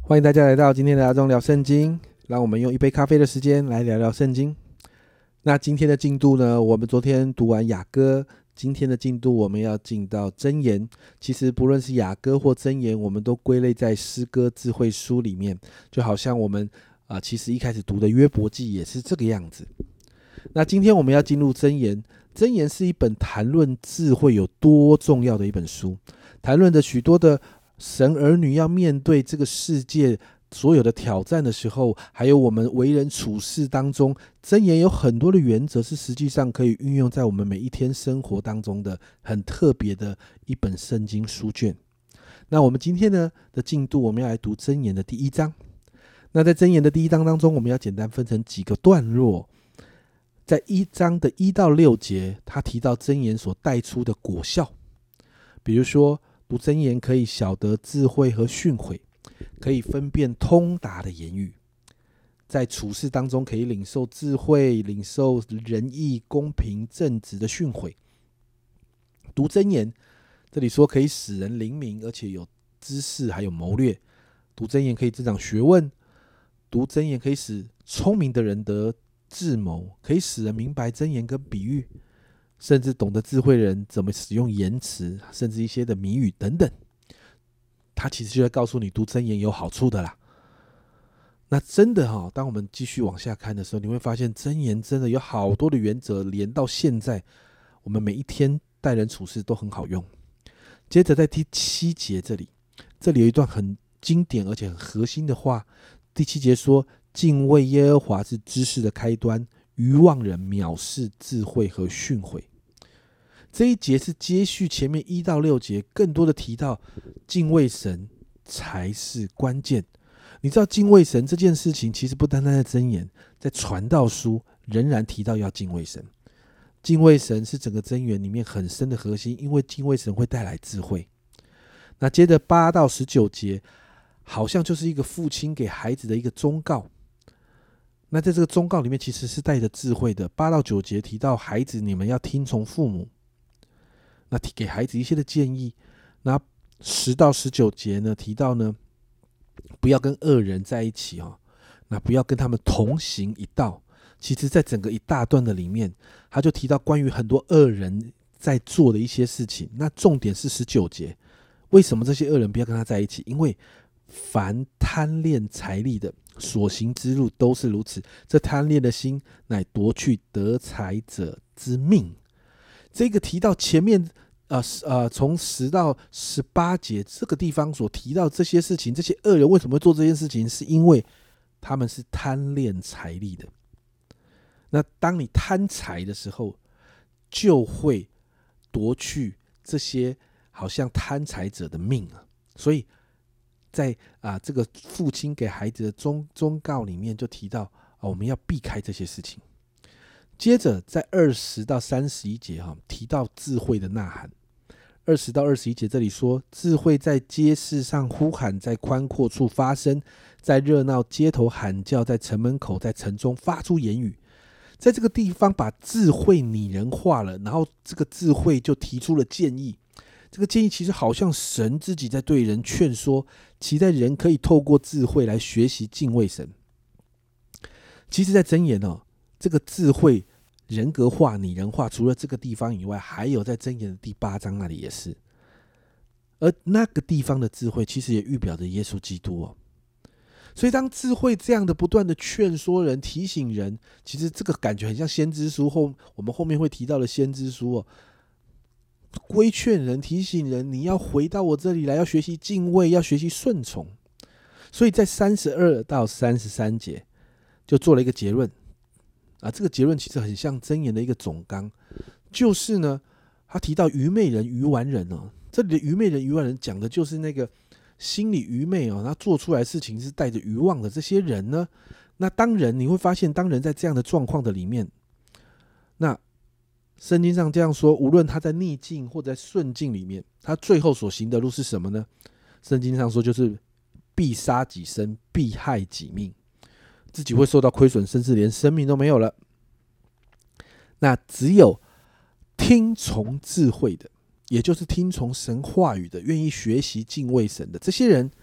欢迎大家来到今天的阿忠聊圣经，让我们用一杯咖啡的时间来聊聊圣经。那今天的进度呢，我们昨天读完雅歌，今天的进度我们要进到箴言。其实不论是雅歌或箴言，我们都归类在诗歌智慧书里面，就好像我们其实一开始读的约伯记也是这个样子。那今天我们要进入箴言，箴言是一本谈论智慧有多重要的一本书，谈论的许多的神儿女要面对这个世界所有的挑战的时候，还有我们为人处事当中，箴言有很多的原则是实际上可以运用在我们每一天生活当中的很特别的一本圣经书卷。那我们今天呢的进度，我们要来读箴言的第一章。那在箴言的第一章当中，我们要简单分成几个段落。在一章的1到6节，他提到箴言所带出的果效，比如说读箴言可以晓得智慧和训诲，可以分辨通达的言语，在处事当中可以领受智慧，领受仁义、公平、正直的训诲。读箴言，这里说可以使人灵敏，而且有知识，还有谋略。读箴言可以增长学问，读箴言可以使聪明的人得智谋，可以使人明白箴言跟比喻，甚至懂得智慧人怎么使用言辞，甚至一些的谜语等等。他其实就在告诉你读箴言有好处的啦。那真的当我们继续往下看的时候，你会发现箴言真的有好多的原则，连到现在我们每一天待人处事都很好用。接着在第7节这里有一段很经典而且很核心的话。第7节说，敬畏耶和华是知识的开端，愚妄人藐视智慧和训诲。这一节是接续前面1到6节，更多的提到敬畏神才是关键。你知道敬畏神这件事情，其实不单单在箴言，在传道书仍然提到要敬畏神。敬畏神是整个箴言里面很深的核心，因为敬畏神会带来智慧。那接着8到19节，好像就是一个父亲给孩子的一个忠告。那在这个忠告里面其实是带着智慧的。8到9节提到孩子你们要听从父母，那给孩子一些的建议。那10到19节呢提到呢，不要跟恶人在一起那不要跟他们同行一道。其实在整个一大段的里面，他就提到关于很多恶人在做的一些事情。那重点是19节，为什么这些恶人不要跟他在一起？因为凡贪恋财力的，所行之路都是如此。这贪恋的心，乃夺去得财者之命。这个提到前面从10到18节这个地方所提到这些事情，这些恶人为什么会做这件事情？是因为他们是贪恋财力的。那当你贪财的时候，就会夺去这些好像贪财者的命啊。所以在这个父亲给孩子的忠告里面就提到我们要避开这些事情。接着在20到31节提到智慧的呐喊。20到21节这里说，智慧在街市上呼喊，在宽阔处发声，在热闹街头喊叫，在城门口，在城中发出言语。在这个地方把智慧拟人化了，然后这个智慧就提出了建议。这个建议其实好像神自己在对人劝说，期待人可以透过智慧来学习敬畏神。其实在箴言这个智慧人格化拟人化，除了这个地方以外，还有在箴言的第8章那里也是。而那个地方的智慧其实也预表着耶稣基督所以当智慧这样的不断的劝说人，提醒人，其实这个感觉很像先知书我们后面会提到的先知书规劝人，提醒人，你要回到我这里来，要学习敬畏，要学习顺从。所以在32到33节就做了一个结论这个结论其实很像箴言的一个总纲，就是呢，他提到愚昧人、愚顽人这里的愚昧人、愚顽人讲的就是那个心里愚昧他做出来的事情是带着愚妄的这些人呢。那你会发现，当人在这样的状况的里面，那圣经上这样说，无论他在逆境或在顺境里面，他最后所行的路是什么呢？圣经上说就是必杀己身，必害己命，自己会受到亏损，甚至连生命都没有了。那只有听从智慧的，也就是听从神话语的，愿意学习敬畏神的这些人，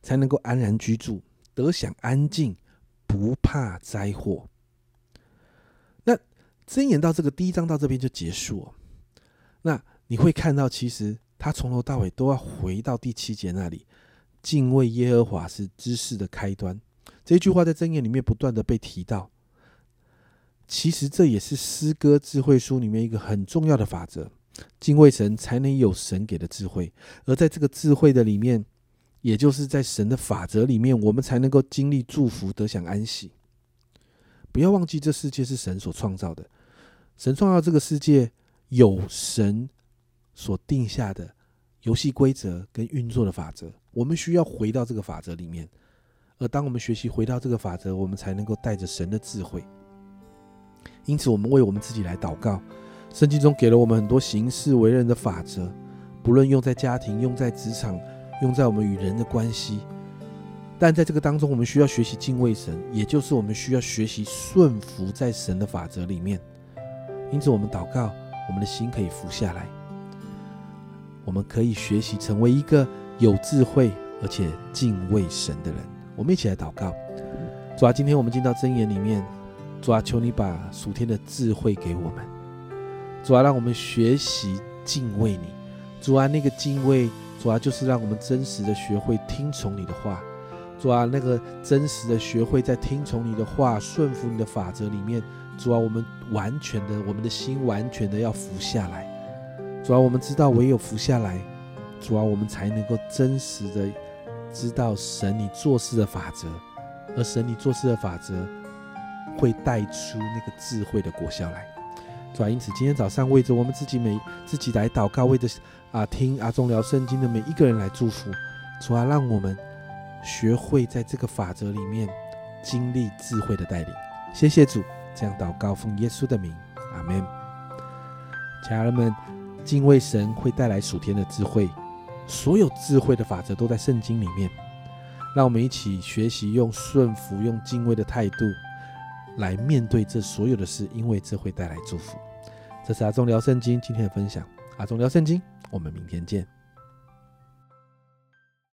才能够安然居住，得享安静，不怕灾祸。那箴言到这个第1章到这边就结束了。那你会看到，其实他从头到尾都要回到第7节那里，敬畏耶和华是知识的开端。这句话在箴言里面不断的被提到，其实这也是诗歌智慧书里面一个很重要的法则。敬畏神才能有神给的智慧，而在这个智慧的里面，也就是在神的法则里面，我们才能够经历祝福，得享安息。不要忘记，这世界是神所创造的，神创造这个世界有神所定下的游戏规则跟运作的法则，我们需要回到这个法则里面。而当我们学习回到这个法则，我们才能够带着神的智慧。因此我们为我们自己来祷告。圣经中给了我们很多行事为人的法则，不论用在家庭，用在职场，用在我们与人的关系。但在这个当中，我们需要学习敬畏神，也就是我们需要学习顺服在神的法则里面。因此我们祷告，我们的心可以服下来，我们可以学习成为一个有智慧而且敬畏神的人。我们一起来祷告。主啊，今天我们进到箴言里面，主啊，求你把属天的智慧给我们。主啊，让我们学习敬畏你。主啊，那个敬畏，主啊，就是让我们真实的学会听从你的话。主啊，那个真实的学会在听从你的话，顺服你的法则里面，主啊，我们的心完全的要服下来。主啊，我们知道唯有服下来，主啊，我们才能够真实的知道神你做事的法则，而神你做事的法则会带出那个智慧的果效来。主啊，因此今天早上为着我们自己来祷告，为着听阿忠聊圣经的每一个人来祝福。主啊，让我们学会在这个法则里面经历智慧的带领。谢谢主，这样祷告奉耶稣的名，阿们。家人们，敬畏神会带来属天的智慧，所有智慧的法则都在圣经里面。让我们一起学习用顺服、用敬畏的态度来面对这所有的事，因为这会带来祝福。这是阿忠聊圣经今天的分享。阿忠聊圣经，我们明天见。